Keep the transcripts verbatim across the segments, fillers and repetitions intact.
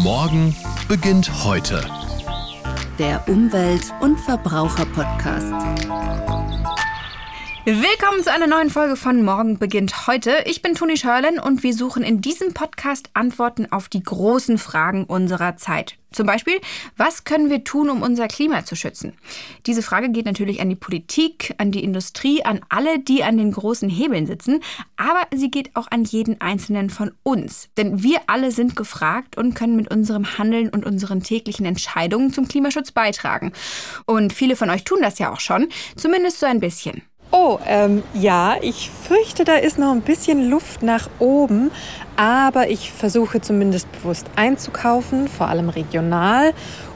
Morgen beginnt heute. Der Umwelt- und Verbraucher-Podcast. Willkommen zu einer neuen Folge von Morgen beginnt heute. Ich bin Toni Schörlen und wir suchen in diesem Podcast Antworten auf die großen Fragen unserer Zeit. Zum Beispiel, was können wir tun, um unser Klima zu schützen? Diese Frage geht natürlich an die Politik, an die Industrie, an alle, die an den großen Hebeln sitzen. Aber sie geht auch an jeden Einzelnen von uns. Denn wir alle sind gefragt und können mit unserem Handeln und unseren täglichen Entscheidungen zum Klimaschutz beitragen. Und viele von euch tun das ja auch schon, zumindest so ein bisschen. Oh, ähm, ja, ich fürchte, da ist noch ein bisschen Luft nach oben, aber ich versuche zumindest bewusst einzukaufen, vor allem regional.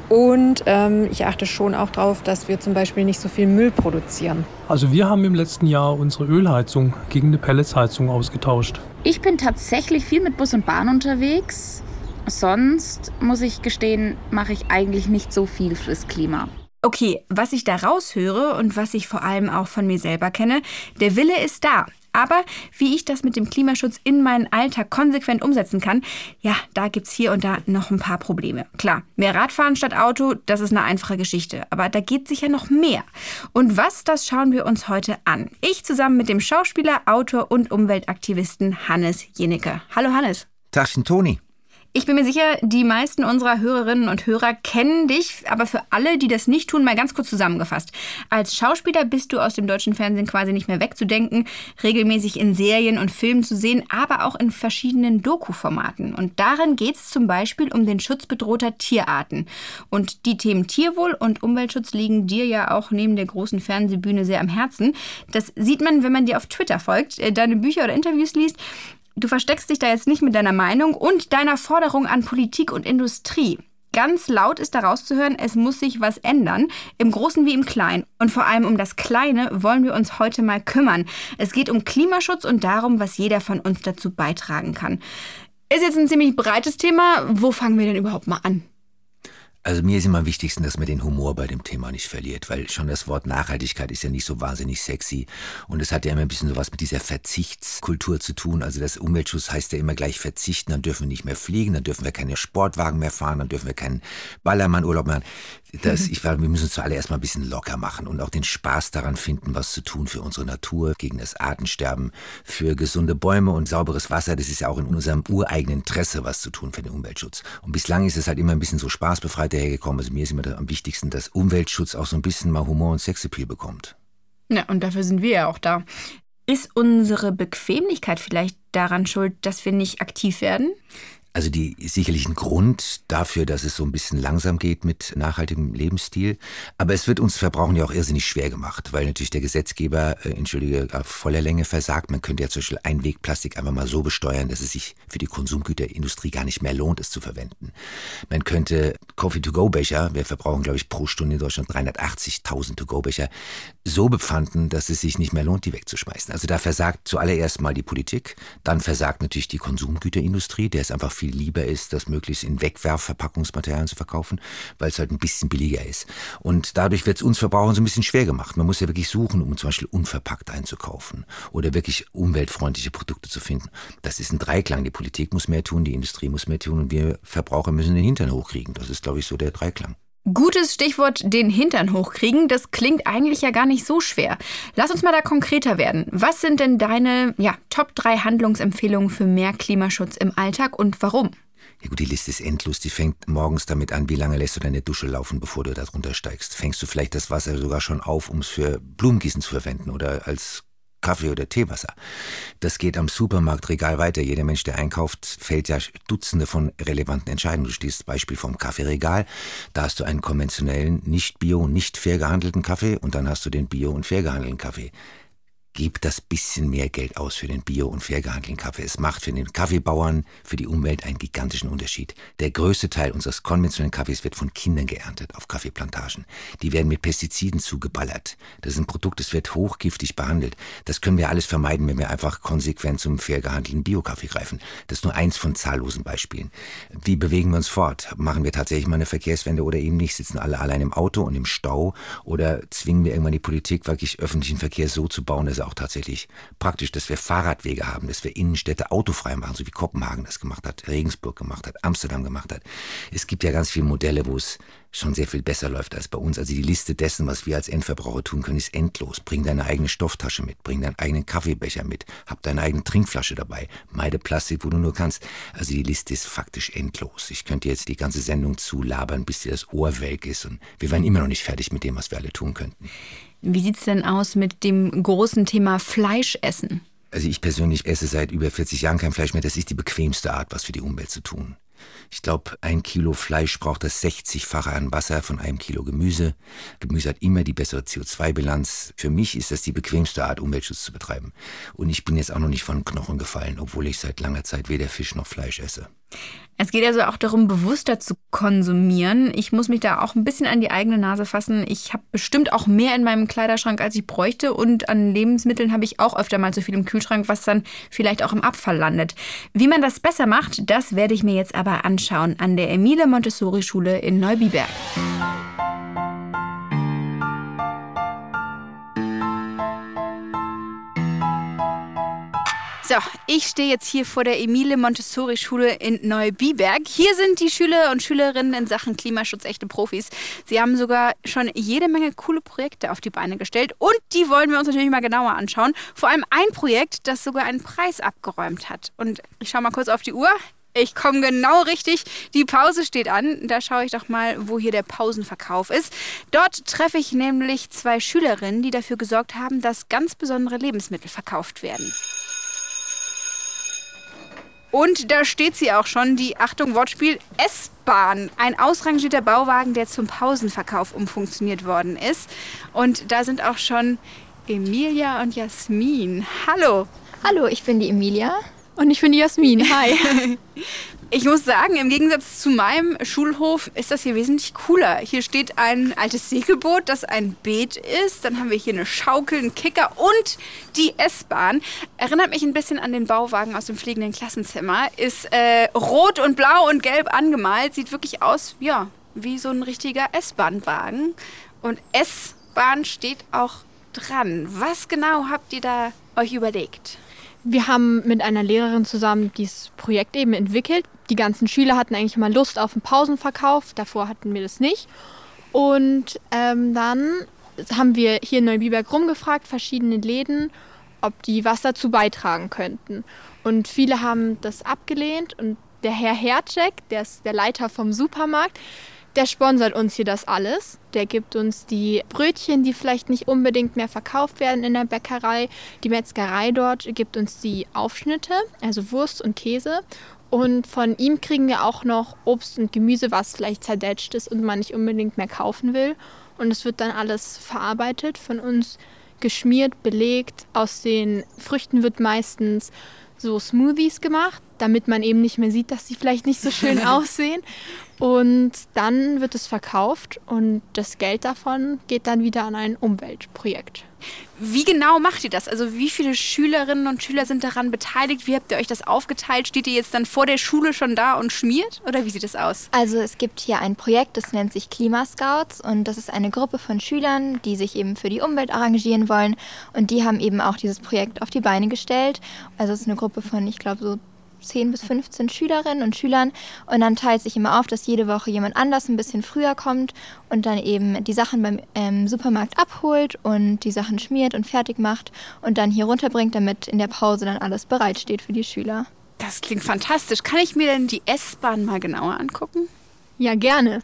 Und ähm, ich achte schon auch darauf, dass wir zum Beispiel nicht so viel Müll produzieren. Also wir haben im letzten Jahr unsere Ölheizung gegen eine Pelletsheizung ausgetauscht. Ich bin tatsächlich viel mit Bus und Bahn unterwegs. Sonst, muss ich gestehen, mache ich eigentlich nicht so viel fürs Klima. Okay, was ich da raushöre und was ich vor allem auch von mir selber kenne, der Wille ist da. Aber wie ich das mit dem Klimaschutz in meinen Alltag konsequent umsetzen kann, ja, da gibt's hier und da noch ein paar Probleme. Klar, mehr Radfahren statt Auto, das ist eine einfache Geschichte. Aber da geht sicher noch mehr. Und was, das schauen wir uns heute an. Ich zusammen mit dem Schauspieler, Autor und Umweltaktivisten Hannes Jenecke. Hallo Hannes. Tagchen Toni. Ich bin mir sicher, die meisten unserer Hörerinnen und Hörer kennen dich, aber für alle, die das nicht tun, mal ganz kurz zusammengefasst. Als Schauspieler bist du aus dem deutschen Fernsehen quasi nicht mehr wegzudenken, regelmäßig in Serien und Filmen zu sehen, aber auch in verschiedenen Doku-Formaten. Und darin geht es zum Beispiel um den Schutz bedrohter Tierarten. Und die Themen Tierwohl und Umweltschutz liegen dir ja auch neben der großen Fernsehbühne sehr am Herzen. Das sieht man, wenn man dir auf Twitter folgt, deine Bücher oder Interviews liest. Du versteckst dich da jetzt nicht mit deiner Meinung und deiner Forderung an Politik und Industrie. Ganz laut ist da rauszuhören, es muss sich was ändern, im Großen wie im Kleinen. Und vor allem um das Kleine wollen wir uns heute mal kümmern. Es geht um Klimaschutz und darum, was jeder von uns dazu beitragen kann. Ist jetzt ein ziemlich breites Thema. Wo fangen wir denn überhaupt mal an? Also mir ist immer am wichtigsten, dass man den Humor bei dem Thema nicht verliert, weil schon das Wort Nachhaltigkeit ist ja nicht so wahnsinnig sexy und es hat ja immer ein bisschen sowas mit dieser Verzichtskultur zu tun. Also das Umweltschutz heißt ja immer gleich verzichten, dann dürfen wir nicht mehr fliegen, dann dürfen wir keine Sportwagen mehr fahren, dann dürfen wir keinen Ballermann-Urlaub mehr machen. Das, ich, wir müssen uns zuallererst mal ein bisschen locker machen und auch den Spaß daran finden, was zu tun für unsere Natur, gegen das Artensterben, für gesunde Bäume und sauberes Wasser. Das ist ja auch in unserem ureigenen Interesse, was zu tun für den Umweltschutz. Und bislang ist es halt immer ein bisschen so spaßbefreit dahergekommen. Also mir ist immer am wichtigsten, dass Umweltschutz auch so ein bisschen mal Humor und Sexappeal bekommt. Ja, und dafür sind wir ja auch da. Ist unsere Bequemlichkeit vielleicht daran schuld, dass wir nicht aktiv werden? Also die sicherlich ein Grund dafür, dass es so ein bisschen langsam geht mit nachhaltigem Lebensstil. Aber es wird uns Verbrauchern ja auch irrsinnig schwer gemacht, weil natürlich der Gesetzgeber, äh, entschuldige, auf voller Länge versagt. Man könnte ja zum Beispiel Einwegplastik einfach mal so besteuern, dass es sich für die Konsumgüterindustrie gar nicht mehr lohnt, es zu verwenden. Man könnte Coffee-to-go-Becher, wir verbrauchen, glaube ich, pro Stunde in Deutschland dreihundertachtzigtausend To-go-Becher, so bepfanden, dass es sich nicht mehr lohnt, die wegzuschmeißen. Also da versagt zuallererst mal die Politik, dann versagt natürlich die Konsumgüterindustrie, der ist einfach viel lieber ist, das möglichst in Wegwerfverpackungsmaterialien zu verkaufen, weil es halt ein bisschen billiger ist. Und dadurch wird es uns Verbrauchern so ein bisschen schwer gemacht. Man muss ja wirklich suchen, um zum Beispiel unverpackt einzukaufen oder wirklich umweltfreundliche Produkte zu finden. Das ist ein Dreiklang. Die Politik muss mehr tun, die Industrie muss mehr tun und wir Verbraucher müssen den Hintern hochkriegen. Das ist, glaube ich, so der Dreiklang. Gutes Stichwort, den Hintern hochkriegen. Das klingt eigentlich ja gar nicht so schwer. Lass uns mal da konkreter werden. Was sind denn deine ja, Top drei Handlungsempfehlungen für mehr Klimaschutz im Alltag und warum? Ja gut, die Liste ist endlos. Die fängt morgens damit an, wie lange lässt du deine Dusche laufen, bevor du da drunter steigst. Fängst du vielleicht das Wasser sogar schon auf, um es für Blumengießen zu verwenden oder als Kaffee- oder Teewasser. Das geht am Supermarktregal weiter. Jeder Mensch, der einkauft, fällt ja Dutzende von relevanten Entscheidungen. Du stehst zum Beispiel vorm Kaffeeregal. Da hast du einen konventionellen, nicht bio, nicht fair gehandelten Kaffee und dann hast du den bio- und fair gehandelten Kaffee. Gib das bisschen mehr Geld aus für den bio- und fair gehandelten Kaffee. Es macht für den Kaffeebauern, für die Umwelt einen gigantischen Unterschied. Der größte Teil unseres konventionellen Kaffees wird von Kindern geerntet auf Kaffeeplantagen. Die werden mit Pestiziden zugeballert. Das ist ein Produkt, das wird hochgiftig behandelt. Das können wir alles vermeiden, wenn wir einfach konsequent zum fair gehandelten Bio-Kaffee greifen. Das ist nur eins von zahllosen Beispielen. Wie bewegen wir uns fort? Machen wir tatsächlich mal eine Verkehrswende oder eben nicht? Sitzen alle allein im Auto und im Stau? Oder zwingen wir irgendwann die Politik, wirklich öffentlichen Verkehr so zu bauen, dass Städte auch tatsächlich praktisch, dass wir Fahrradwege haben, dass wir Innenstädte autofrei machen, so wie Kopenhagen das gemacht hat, Regensburg gemacht hat, Amsterdam gemacht hat. Es gibt ja ganz viele Modelle, wo es schon sehr viel besser läuft als bei uns. Also die Liste dessen, was wir als Endverbraucher tun können, ist endlos. Bring deine eigene Stofftasche mit, bring deinen eigenen Kaffeebecher mit, hab deine eigene Trinkflasche dabei, meide Plastik, wo du nur kannst. Also die Liste ist faktisch endlos. Ich könnte jetzt die ganze Sendung zulabern, bis dir das Ohr welk ist und wir wären immer noch nicht fertig mit dem, was wir alle tun könnten. Wie sieht's denn aus mit dem großen Thema Fleischessen? Also ich persönlich esse seit über vierzig Jahren kein Fleisch mehr. Das ist die bequemste Art, was für die Umwelt zu tun. Ich glaube, ein Kilo Fleisch braucht das sechzigfache an Wasser von einem Kilo Gemüse. Gemüse hat immer die bessere C O zwei Bilanz. Für mich ist das die bequemste Art, Umweltschutz zu betreiben. Und ich bin jetzt auch noch nicht von Knochen gefallen, obwohl ich seit langer Zeit weder Fisch noch Fleisch esse. Es geht also auch darum, bewusster zu konsumieren. Ich muss mich da auch ein bisschen an die eigene Nase fassen. Ich habe bestimmt auch mehr in meinem Kleiderschrank, als ich bräuchte. Und an Lebensmitteln habe ich auch öfter mal zu viel im Kühlschrank, was dann vielleicht auch im Abfall landet. Wie man das besser macht, das werde ich mir jetzt aber anschauen an der Emile-Montessori-Schule in Neubiberg. So, ich stehe jetzt hier vor der Emile-Montessori-Schule in Neubiberg. Hier sind die Schüler und Schülerinnen in Sachen Klimaschutz echte Profis. Sie haben sogar schon jede Menge coole Projekte auf die Beine gestellt. Und die wollen wir uns natürlich mal genauer anschauen. Vor allem ein Projekt, das sogar einen Preis abgeräumt hat. Und ich schaue mal kurz auf die Uhr. Ich komme genau richtig. Die Pause steht an. Da schaue ich doch mal, wo hier der Pausenverkauf ist. Dort treffe ich nämlich zwei Schülerinnen, die dafür gesorgt haben, dass ganz besondere Lebensmittel verkauft werden. Und da steht sie auch schon, die, Achtung, Wortspiel, S-Bahn. Ein ausrangierter Bauwagen, der zum Pausenverkauf umfunktioniert worden ist. Und da sind auch schon Emilia und Jasmin. Hallo. Hallo, ich bin die Emilia. Und ich bin die Jasmin. Hi. Ich muss sagen, im Gegensatz zu meinem Schulhof ist das hier wesentlich cooler. Hier steht ein altes Segelboot, das ein Beet ist. Dann haben wir hier eine Schaukel, einen Kicker und die S-Bahn. Erinnert mich ein bisschen an den Bauwagen aus dem fliegenden Klassenzimmer. Ist äh, rot und blau und gelb angemalt. Sieht wirklich aus, ja, wie so ein richtiger S-Bahn-Wagen. Und S-Bahn steht auch dran. Was genau habt ihr da euch überlegt? Wir haben mit einer Lehrerin zusammen dieses Projekt eben entwickelt. Die ganzen Schüler hatten eigentlich mal Lust auf einen Pausenverkauf. Davor hatten wir das nicht. Und ähm, dann haben wir hier in Neubiberg rumgefragt, verschiedene Läden, ob die was dazu beitragen könnten. Und viele haben das abgelehnt. Und der Herr Hercek, der ist der Leiter vom Supermarkt, der sponsert uns hier das alles. Der gibt uns die Brötchen, die vielleicht nicht unbedingt mehr verkauft werden in der Bäckerei. Die Metzgerei dort gibt uns die Aufschnitte, also Wurst und Käse. Und von ihm kriegen wir auch noch Obst und Gemüse, was vielleicht zerdetscht ist und man nicht unbedingt mehr kaufen will. Und es wird dann alles verarbeitet, von uns geschmiert, belegt. Aus den Früchten wird meistens so Smoothies gemacht, damit man eben nicht mehr sieht, dass sie vielleicht nicht so schön aussehen. Und dann wird es verkauft und das Geld davon geht dann wieder an ein Umweltprojekt. Wie genau macht ihr das? Also wie viele Schülerinnen und Schüler sind daran beteiligt? Wie habt ihr euch das aufgeteilt? Steht ihr jetzt dann vor der Schule schon da und schmiert? Oder wie sieht es aus? Also es gibt hier ein Projekt, das nennt sich Klimascouts. Und das ist eine Gruppe von Schülern, die sich eben für die Umwelt arrangieren wollen. Und die haben eben auch dieses Projekt auf die Beine gestellt. Also es ist eine Gruppe von, ich glaube, so zehn bis fünfzehn Schülerinnen und Schülern und dann teilt sich immer auf, dass jede Woche jemand anders ein bisschen früher kommt und dann eben die Sachen beim ähm, Supermarkt abholt und die Sachen schmiert und fertig macht und dann hier runterbringt, damit in der Pause dann alles bereitsteht für die Schüler. Das klingt fantastisch. Kann ich mir denn die S-Bahn mal genauer angucken? Ja, gerne.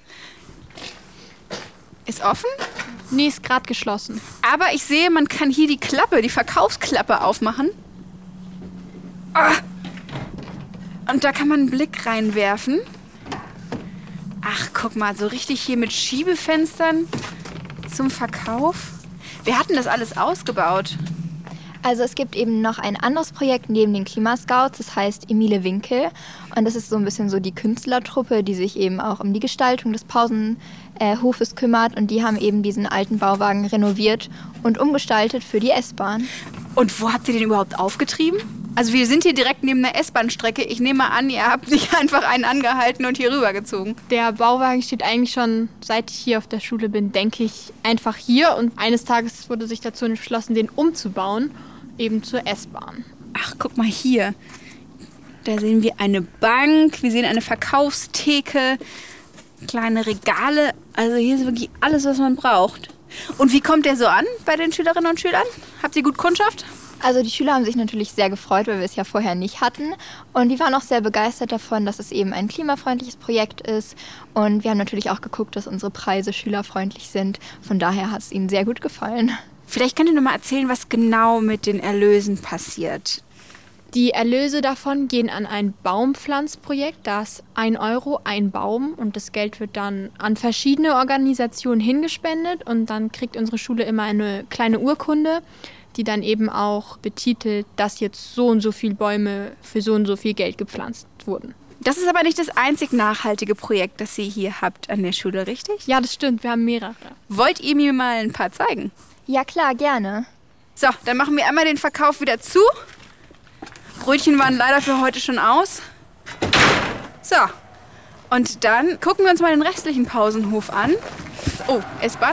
Ist offen? Nee, ist gerade geschlossen. Aber ich sehe, man kann hier die Klappe, die Verkaufsklappe aufmachen. Ah! Und da kann man einen Blick reinwerfen. Ach, guck mal, so richtig hier mit Schiebefenstern zum Verkauf. Wer hat denn das alles ausgebaut? Also es gibt eben noch ein anderes Projekt neben den Klimascouts, das heißt Emile Winkel. Und das ist so ein bisschen so die Künstlertruppe, die sich eben auch um die Gestaltung des Pausenhofes kümmert. Und die haben eben diesen alten Bauwagen renoviert und umgestaltet für die S-Bahn. Und wo habt ihr den überhaupt aufgetrieben? Also wir sind hier direkt neben der S-Bahn-Strecke. Ich nehme mal an, ihr habt nicht einfach einen angehalten und hier rübergezogen. Der Bauwagen steht eigentlich schon, seit ich hier auf der Schule bin, denke ich, einfach hier. Und eines Tages wurde sich dazu entschlossen, den umzubauen. eben zur S-Bahn. Ach, guck mal hier. Da sehen wir eine Bank, wir sehen eine Verkaufstheke, kleine Regale. Also hier ist wirklich alles, was man braucht. Und wie kommt der so an bei den Schülerinnen und Schülern? Habt ihr gut Kundschaft? Also die Schüler haben sich natürlich sehr gefreut, weil wir es ja vorher nicht hatten. Und die waren auch sehr begeistert davon, dass es eben ein klimafreundliches Projekt ist. Und wir haben natürlich auch geguckt, dass unsere Preise schülerfreundlich sind. Von daher hat es ihnen sehr gut gefallen. Vielleicht könnt ihr noch mal erzählen, was genau mit den Erlösen passiert. Die Erlöse davon gehen an ein Baumpflanzprojekt. Da ist ein Euro, ein Baum. Und das Geld wird dann an verschiedene Organisationen hingespendet. Und dann kriegt unsere Schule immer eine kleine Urkunde, die dann eben auch betitelt, dass jetzt so und so viele Bäume für so und so viel Geld gepflanzt wurden. Das ist aber nicht das einzig nachhaltige Projekt, das ihr hier habt an der Schule, richtig? Ja, das stimmt. Wir haben mehrere. Wollt ihr mir mal ein paar zeigen? Ja klar, gerne. So, dann machen wir einmal den Verkauf wieder zu. Brötchen waren leider für heute schon aus. So, und dann gucken wir uns mal den restlichen Pausenhof an. Oh, S-Bahn.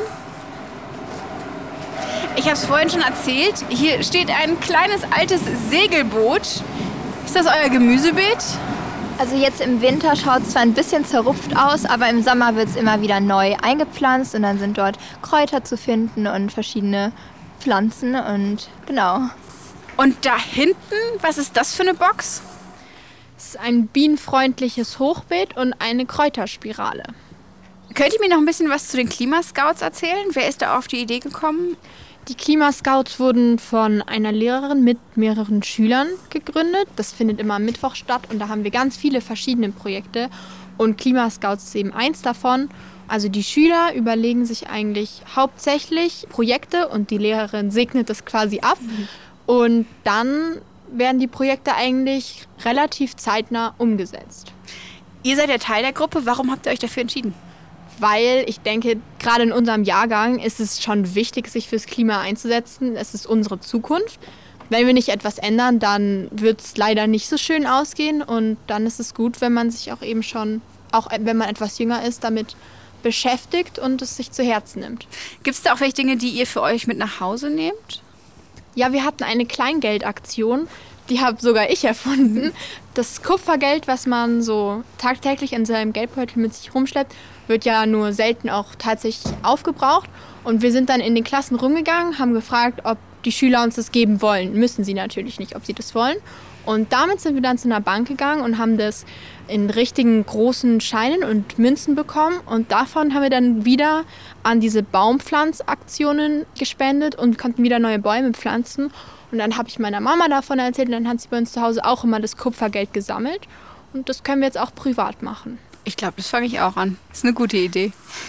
Ich habe es vorhin schon erzählt. Hier steht ein kleines altes Segelboot. Ist das euer Gemüsebeet? Also jetzt im Winter schaut es zwar ein bisschen zerrupft aus, aber im Sommer wird es immer wieder neu eingepflanzt und dann sind dort Kräuter zu finden und verschiedene Pflanzen und genau. Und da hinten, was ist das für eine Box? Es ist ein bienenfreundliches Hochbeet und eine Kräuterspirale. Könnt ihr mir noch ein bisschen was zu den Klimascouts erzählen? Wer ist da auf die Idee gekommen? Die Klimascouts wurden von einer Lehrerin mit mehreren Schülern gegründet. Das findet immer am Mittwoch statt und da haben wir ganz viele verschiedene Projekte. Und Klimascouts ist eben eins davon. Also die Schüler überlegen sich eigentlich hauptsächlich Projekte und die Lehrerin segnet das quasi ab. Mhm. Und dann werden die Projekte eigentlich relativ zeitnah umgesetzt. Ihr seid ja Teil der Gruppe. Warum habt ihr euch dafür entschieden? Weil ich denke, gerade in unserem Jahrgang ist es schon wichtig, sich fürs Klima einzusetzen. Es ist unsere Zukunft. Wenn wir nicht etwas ändern, dann wird es leider nicht so schön ausgehen. Und dann ist es gut, wenn man sich auch eben schon, auch wenn man etwas jünger ist, damit beschäftigt und es sich zu Herzen nimmt. Gibt es da auch welche Dinge, die ihr für euch mit nach Hause nehmt? Ja, wir hatten eine Kleingeldaktion. Die habe sogar ich erfunden. Das Kupfergeld, was man so tagtäglich in seinem Geldbeutel mit sich rumschleppt, wird ja nur selten auch tatsächlich aufgebraucht. Und wir sind dann in den Klassen rumgegangen, haben gefragt, ob die Schüler uns das geben wollen. Müssen sie natürlich nicht, ob sie das wollen. Und damit sind wir dann zu einer Bank gegangen und haben das in richtigen großen Scheinen und Münzen bekommen. Und davon haben wir dann wieder an diese Baumpflanzaktionen gespendet und konnten wieder neue Bäume pflanzen. Und dann habe ich meiner Mama davon erzählt und dann hat sie bei uns zu Hause auch immer das Kupfergeld gesammelt. Und das können wir jetzt auch privat machen. Ich glaube, das fange ich auch an. Das ist eine gute Idee.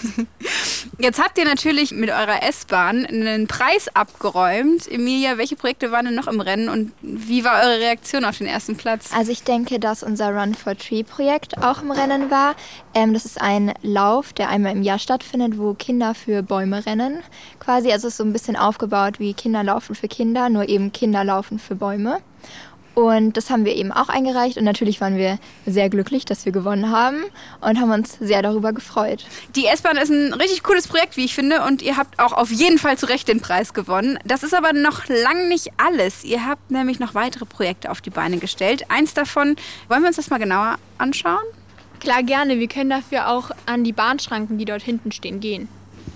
Jetzt habt ihr natürlich mit eurer S-Bahn einen Preis abgeräumt. Emilia, welche Projekte waren denn noch im Rennen und wie war eure Reaktion auf den ersten Platz? Also ich denke, dass unser Run for Tree Projekt auch im Rennen war. Ähm, das ist ein Lauf, der einmal im Jahr stattfindet, wo Kinder für Bäume rennen. Quasi, also es ist so ein bisschen aufgebaut wie Kinder laufen für Kinder, nur eben Kinder laufen für Bäume. Und das haben wir eben auch eingereicht und natürlich waren wir sehr glücklich, dass wir gewonnen haben und haben uns sehr darüber gefreut. Die S-Bahn ist ein richtig cooles Projekt, wie ich finde, und ihr habt auch auf jeden Fall zu Recht den Preis gewonnen. Das ist aber noch lang nicht alles. Ihr habt nämlich noch weitere Projekte auf die Beine gestellt. Eins davon, wollen wir uns das mal genauer anschauen? Klar, gerne. Wir können dafür auch an die Bahnschranken, die dort hinten stehen, gehen.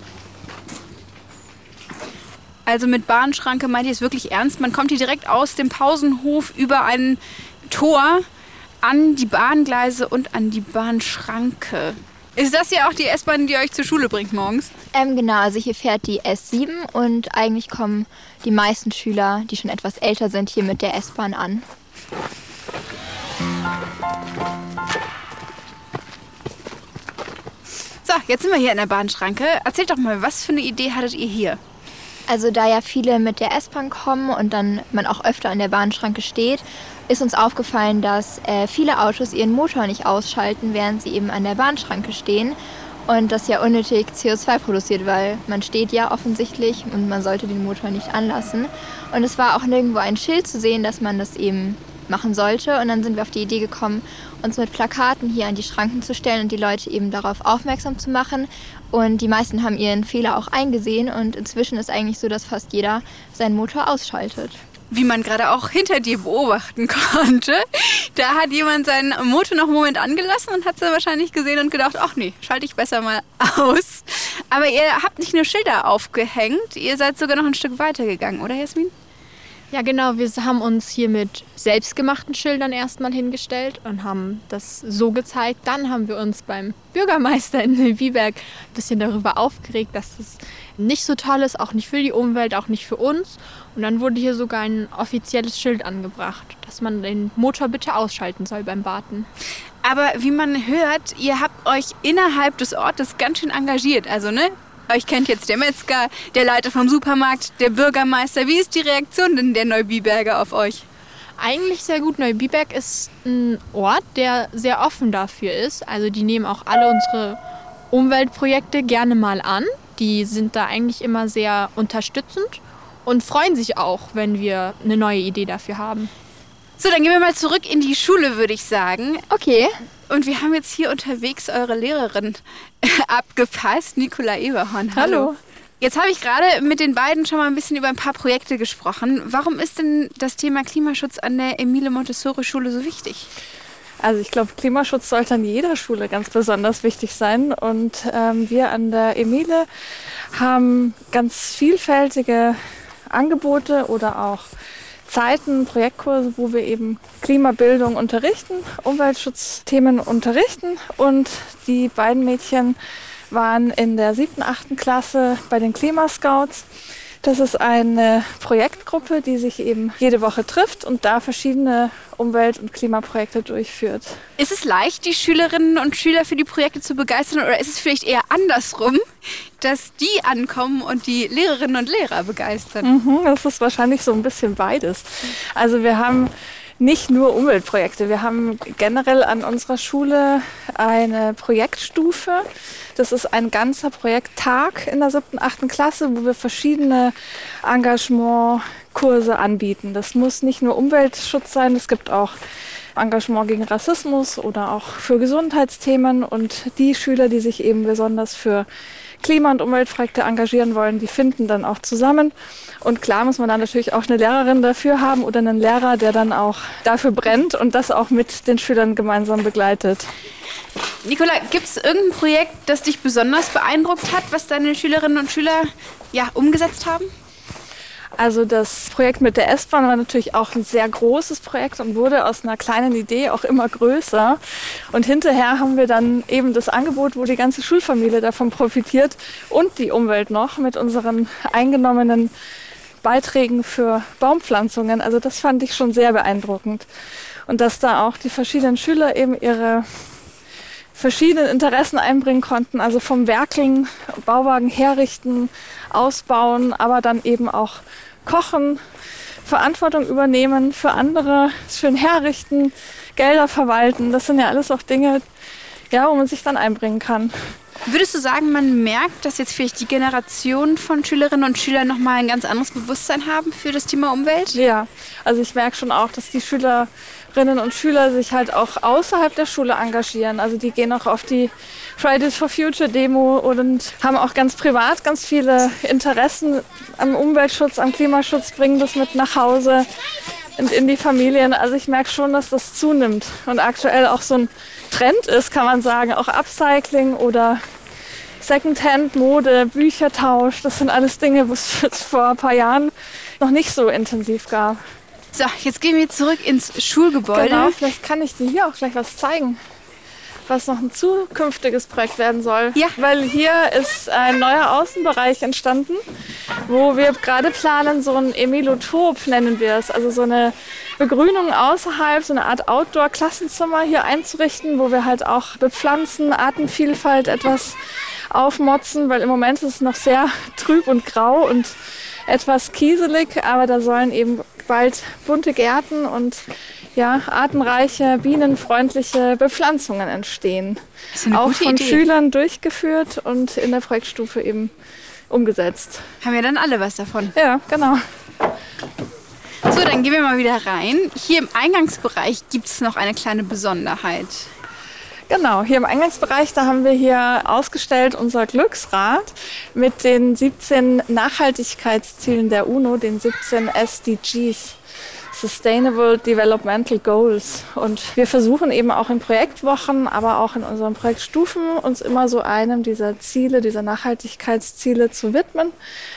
Also mit Bahnschranke meint ihr es wirklich ernst? Man kommt hier direkt aus dem Pausenhof über ein Tor an die Bahngleise und an die Bahnschranke. Ist das ja auch die S-Bahn, die euch zur Schule bringt morgens? Ähm, genau, also hier fährt die S sieben und eigentlich kommen die meisten Schüler, die schon etwas älter sind, hier mit der S-Bahn an. So, jetzt sind wir hier in der Bahnschranke. Erzählt doch mal, was für eine Idee hattet ihr hier? Also da ja viele mit der S-Bahn kommen und dann man auch öfter an der Bahnschranke steht, ist uns aufgefallen, dass äh, viele Autos ihren Motor nicht ausschalten, während sie eben an der Bahnschranke stehen. Und das ja unnötig C O zwei produziert, weil man steht ja offensichtlich und man sollte den Motor nicht anlassen. Und es war auch nirgendwo ein Schild zu sehen, dass man das eben machen sollte. Und dann sind wir auf die Idee gekommen, uns mit Plakaten hier an die Schranken zu stellen und die Leute eben darauf aufmerksam zu machen. Und die meisten haben ihren Fehler auch eingesehen und inzwischen ist eigentlich so, dass fast jeder seinen Motor ausschaltet. wie man gerade auch hinter dir beobachten konnte, da hat jemand seinen Motor noch einen Moment angelassen und hat es wahrscheinlich gesehen und gedacht, ach nee, schalte ich besser mal aus. Aber ihr habt nicht nur Schilder aufgehängt, ihr seid sogar noch ein Stück weiter gegangen, oder Jasmin? Ja, genau. Wir haben uns hier mit selbstgemachten Schildern erstmal hingestellt und haben das so gezeigt. Dann haben wir uns beim Bürgermeister in Neubiberg ein bisschen darüber aufgeregt, dass das nicht so toll ist, auch nicht für die Umwelt, auch nicht für uns. Und dann wurde hier sogar ein offizielles Schild angebracht, dass man den Motor bitte ausschalten soll beim Warten. Aber wie man hört, ihr habt euch innerhalb des Ortes ganz schön engagiert. Also, ne? Euch kennt jetzt der Metzger, der Leiter vom Supermarkt, der Bürgermeister. Wie ist die Reaktion denn der Neubiberger auf euch? Eigentlich sehr gut. Neubiberg ist ein Ort, der sehr offen dafür ist. Also die nehmen auch alle unsere Umweltprojekte gerne mal an. Die sind da eigentlich immer sehr unterstützend und freuen sich auch, wenn wir eine neue Idee dafür haben. So, dann gehen wir mal zurück in die Schule, würde ich sagen. Okay. Und wir haben jetzt hier unterwegs eure Lehrerin abgepasst, Nicola Eberhorn. Hallo. Hallo. Jetzt habe ich gerade mit den beiden schon mal ein bisschen über ein paar Projekte gesprochen. Warum ist denn das Thema Klimaschutz an der Emile-Montessori-Schule so wichtig? Also ich glaube, Klimaschutz sollte an jeder Schule ganz besonders wichtig sein. Und ähm, wir an der Emile haben ganz vielfältige Angebote oder auch Zeiten, Projektkurse, wo wir eben Klimabildung unterrichten, Umweltschutzthemen unterrichten. Und die beiden Mädchen waren in der siebten, achten Klasse bei den Klimascouts. Das ist eine Projektgruppe, die sich eben jede Woche trifft und da verschiedene Umwelt- und Klimaprojekte durchführt. Ist es leicht, die Schülerinnen und Schüler für die Projekte zu begeistern, oder ist es vielleicht eher andersrum, dass die ankommen und die Lehrerinnen und Lehrer begeistern? Mhm, das ist wahrscheinlich so ein bisschen beides. Also wir haben nicht nur Umweltprojekte. Wir haben generell an unserer Schule eine Projektstufe. Das ist ein ganzer Projekttag in der siebten, achten Klasse, wo wir verschiedene Engagementkurse anbieten. Das muss nicht nur Umweltschutz sein, es gibt auch Engagement gegen Rassismus oder auch für Gesundheitsthemen. Und die Schüler, die sich eben besonders für Klima- und Umweltprojekte engagieren wollen, die finden dann auch zusammen. Und klar muss man dann natürlich auch eine Lehrerin dafür haben oder einen Lehrer, der dann auch dafür brennt und das auch mit den Schülern gemeinsam begleitet. Nicola, gibt es irgendein Projekt, das dich besonders beeindruckt hat, was deine Schülerinnen und Schüler ja, umgesetzt haben? Also das Projekt mit der S-Bahn war natürlich auch ein sehr großes Projekt und wurde aus einer kleinen Idee auch immer größer. Und hinterher haben wir dann eben das Angebot, wo die ganze Schulfamilie davon profitiert und die Umwelt noch mit unseren eingenommenen Beiträgen für Baumpflanzungen. Also das fand ich schon sehr beeindruckend. Und dass da auch die verschiedenen Schüler eben ihre verschiedenen Interessen einbringen konnten, also vom Werkeln, Bauwagen herrichten, ausbauen, aber dann eben auch kochen, Verantwortung übernehmen für andere, schön herrichten, Gelder verwalten. Das sind ja alles auch Dinge, ja, wo man sich dann einbringen kann. Würdest du sagen, man merkt, dass jetzt vielleicht die Generation von Schülerinnen und Schülern nochmal ein ganz anderes Bewusstsein haben für das Thema Umwelt? Ja, also ich merke schon auch, dass die Schülerinnen und Schüler sich halt auch außerhalb der Schule engagieren. Also die gehen auch auf die Fridays for Future Demo und haben auch ganz privat ganz viele Interessen am Umweltschutz, am Klimaschutz, bringen das mit nach Hause und in die Familien. Also ich merke schon, dass das zunimmt und aktuell auch so ein Trend ist, kann man sagen, auch Upcycling oder Secondhand-Mode, Büchertausch, das sind alles Dinge, wo es vor ein paar Jahren noch nicht so intensiv gab. So, jetzt gehen wir zurück ins Schulgebäude. Genau, vielleicht kann ich dir hier auch gleich was zeigen, was noch ein zukünftiges Projekt werden soll. Ja. Weil hier ist ein neuer Außenbereich entstanden, wo wir gerade planen, so ein Emilotop nennen wir es, also so eine Begrünung außerhalb, so eine Art Outdoor-Klassenzimmer hier einzurichten, wo wir halt auch bepflanzen, Artenvielfalt etwas aufmotzen, weil im Moment ist es noch sehr trüb und grau und etwas kieselig, aber da sollen eben bald bunte Gärten und ja, artenreiche, bienenfreundliche Bepflanzungen entstehen. Das ist eine auch gute von Idee. Schülern durchgeführt und in der Projektstufe eben umgesetzt. Haben wir dann alle was davon? Ja, genau. So, dann gehen wir mal wieder rein. Hier im Eingangsbereich gibt es noch eine kleine Besonderheit. Genau, hier im Eingangsbereich, da haben wir hier ausgestellt unser Glücksrad mit den siebzehn Nachhaltigkeitszielen der UNO, den siebzehn S D Gs. Sustainable Developmental Goals. Und wir versuchen eben auch in Projektwochen, aber auch in unseren Projektstufen uns immer so einem dieser Ziele, dieser Nachhaltigkeitsziele zu widmen.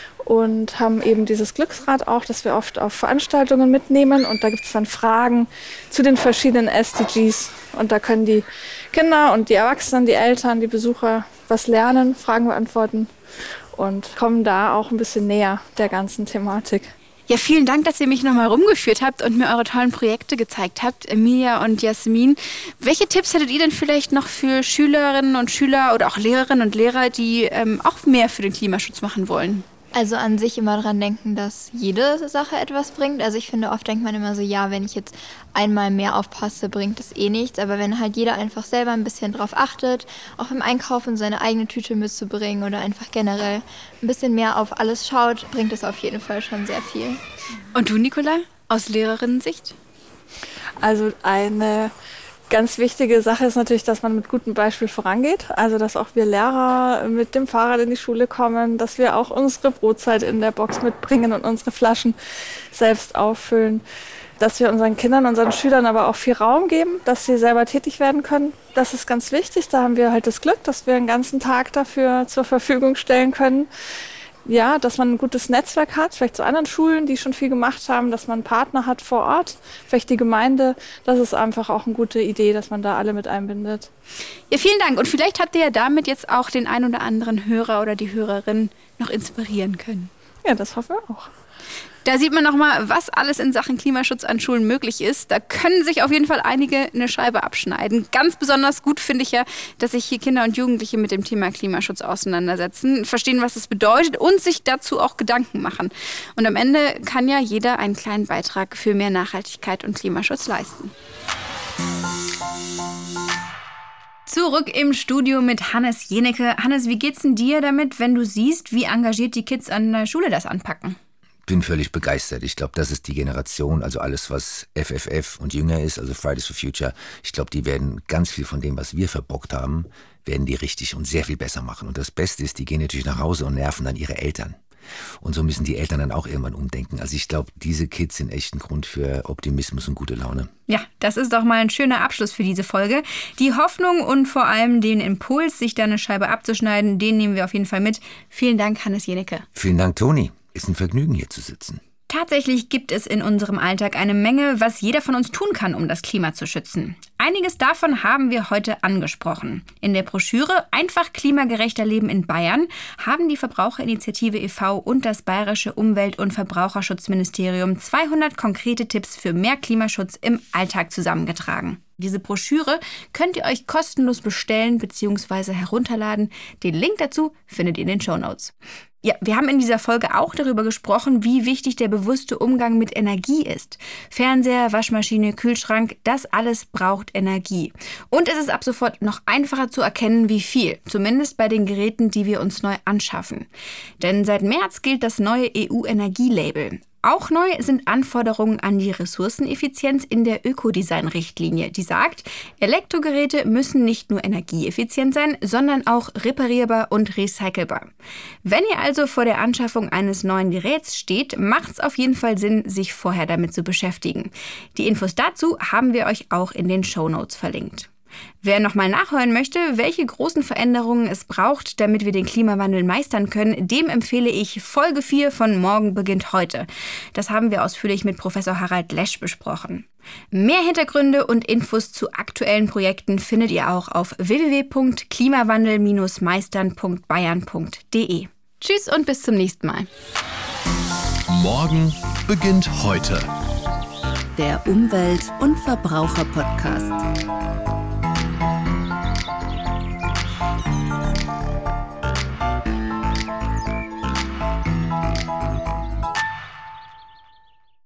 Und haben eben dieses Glücksrad auch, das wir oft auf Veranstaltungen mitnehmen. Und da gibt es dann Fragen zu den verschiedenen S D Gs. Und da können die Kinder und die Erwachsenen, die Eltern, die Besucher was lernen, Fragen beantworten und kommen da auch ein bisschen näher der ganzen Thematik. Ja, vielen Dank, dass ihr mich nochmal rumgeführt habt und mir eure tollen Projekte gezeigt habt, Emilia und Jasmin. Welche Tipps hättet ihr denn vielleicht noch für Schülerinnen und Schüler oder auch Lehrerinnen und Lehrer, die ähm, auch mehr für den Klimaschutz machen wollen? Also an sich immer dran denken, dass jede Sache etwas bringt. Also ich finde, oft denkt man immer so, ja, wenn ich jetzt einmal mehr aufpasse, bringt das eh nichts. Aber wenn halt jeder einfach selber ein bisschen drauf achtet, auch im Einkaufen seine eigene Tüte mitzubringen oder einfach generell ein bisschen mehr auf alles schaut, bringt es auf jeden Fall schon sehr viel. Und du, Nicola, aus Lehrerinnensicht? Also eine ganz wichtige Sache ist natürlich, dass man mit gutem Beispiel vorangeht. Also, dass auch wir Lehrer mit dem Fahrrad in die Schule kommen, dass wir auch unsere Brotzeit in der Box mitbringen und unsere Flaschen selbst auffüllen. Dass wir unseren Kindern, unseren Schülern aber auch viel Raum geben, dass sie selber tätig werden können. Das ist ganz wichtig. Da haben wir halt das Glück, dass wir einen ganzen Tag dafür zur Verfügung stellen können. Ja, dass man ein gutes Netzwerk hat, vielleicht zu anderen Schulen, die schon viel gemacht haben, dass man einen Partner hat vor Ort, vielleicht die Gemeinde. Das ist einfach auch eine gute Idee, dass man da alle mit einbindet. Ja, vielen Dank. Und vielleicht habt ihr ja damit jetzt auch den ein oder anderen Hörer oder die Hörerin noch inspirieren können. Ja, das hoffen wir auch. Da sieht man nochmal, was alles in Sachen Klimaschutz an Schulen möglich ist. Da können sich auf jeden Fall einige eine Scheibe abschneiden. Ganz besonders gut finde ich ja, dass sich hier Kinder und Jugendliche mit dem Thema Klimaschutz auseinandersetzen, verstehen, was es bedeutet und sich dazu auch Gedanken machen. Und am Ende kann ja jeder einen kleinen Beitrag für mehr Nachhaltigkeit und Klimaschutz leisten. Zurück im Studio mit Hannes Jenecke. Hannes, wie geht's denn dir damit, wenn du siehst, wie engagiert die Kids an der Schule das anpacken? Bin völlig begeistert. Ich glaube, das ist die Generation, also alles, was F F F und jünger ist, also Fridays for Future. Ich glaube, die werden ganz viel von dem, was wir verbockt haben, werden die richtig und sehr viel besser machen. Und das Beste ist, die gehen natürlich nach Hause und nerven dann ihre Eltern. Und so müssen die Eltern dann auch irgendwann umdenken. Also ich glaube, diese Kids sind echt ein Grund für Optimismus und gute Laune. Ja, das ist doch mal ein schöner Abschluss für diese Folge. Die Hoffnung und vor allem den Impuls, sich da eine Scheibe abzuschneiden, den nehmen wir auf jeden Fall mit. Vielen Dank, Hannes Jenecke. Vielen Dank, Toni. Ist ein Vergnügen, hier zu sitzen. Tatsächlich gibt es in unserem Alltag eine Menge, was jeder von uns tun kann, um das Klima zu schützen. Einiges davon haben wir heute angesprochen. In der Broschüre Einfach klimagerechter Leben in Bayern haben die Verbraucherinitiative e V und das Bayerische Umwelt- und Verbraucherschutzministerium zweihundert konkrete Tipps für mehr Klimaschutz im Alltag zusammengetragen. Diese Broschüre könnt ihr euch kostenlos bestellen bzw. herunterladen. Den Link dazu findet ihr in den Shownotes. Ja, wir haben in dieser Folge auch darüber gesprochen, wie wichtig der bewusste Umgang mit Energie ist. Fernseher, Waschmaschine, Kühlschrank, das alles braucht Energie. Und es ist ab sofort noch einfacher zu erkennen, wie viel. Zumindest bei den Geräten, die wir uns neu anschaffen. Denn seit März gilt das neue E U-Energielabel. Auch neu sind Anforderungen an die Ressourceneffizienz in der Ökodesign-Richtlinie, die sagt, Elektrogeräte müssen nicht nur energieeffizient sein, sondern auch reparierbar und recycelbar. Wenn ihr also vor der Anschaffung eines neuen Geräts steht, macht es auf jeden Fall Sinn, sich vorher damit zu beschäftigen. Die Infos dazu haben wir euch auch in den Shownotes verlinkt. Wer nochmal nachhören möchte, welche großen Veränderungen es braucht, damit wir den Klimawandel meistern können, dem empfehle ich Folge vier von Morgen beginnt heute. Das haben wir ausführlich mit Professor Harald Lesch besprochen. Mehr Hintergründe und Infos zu aktuellen Projekten findet ihr auch auf w w w punkt klimawandel meistern punkt bayern punkt d e. Tschüss und bis zum nächsten Mal. Morgen beginnt heute. Der Umwelt- und Verbraucher-Podcast.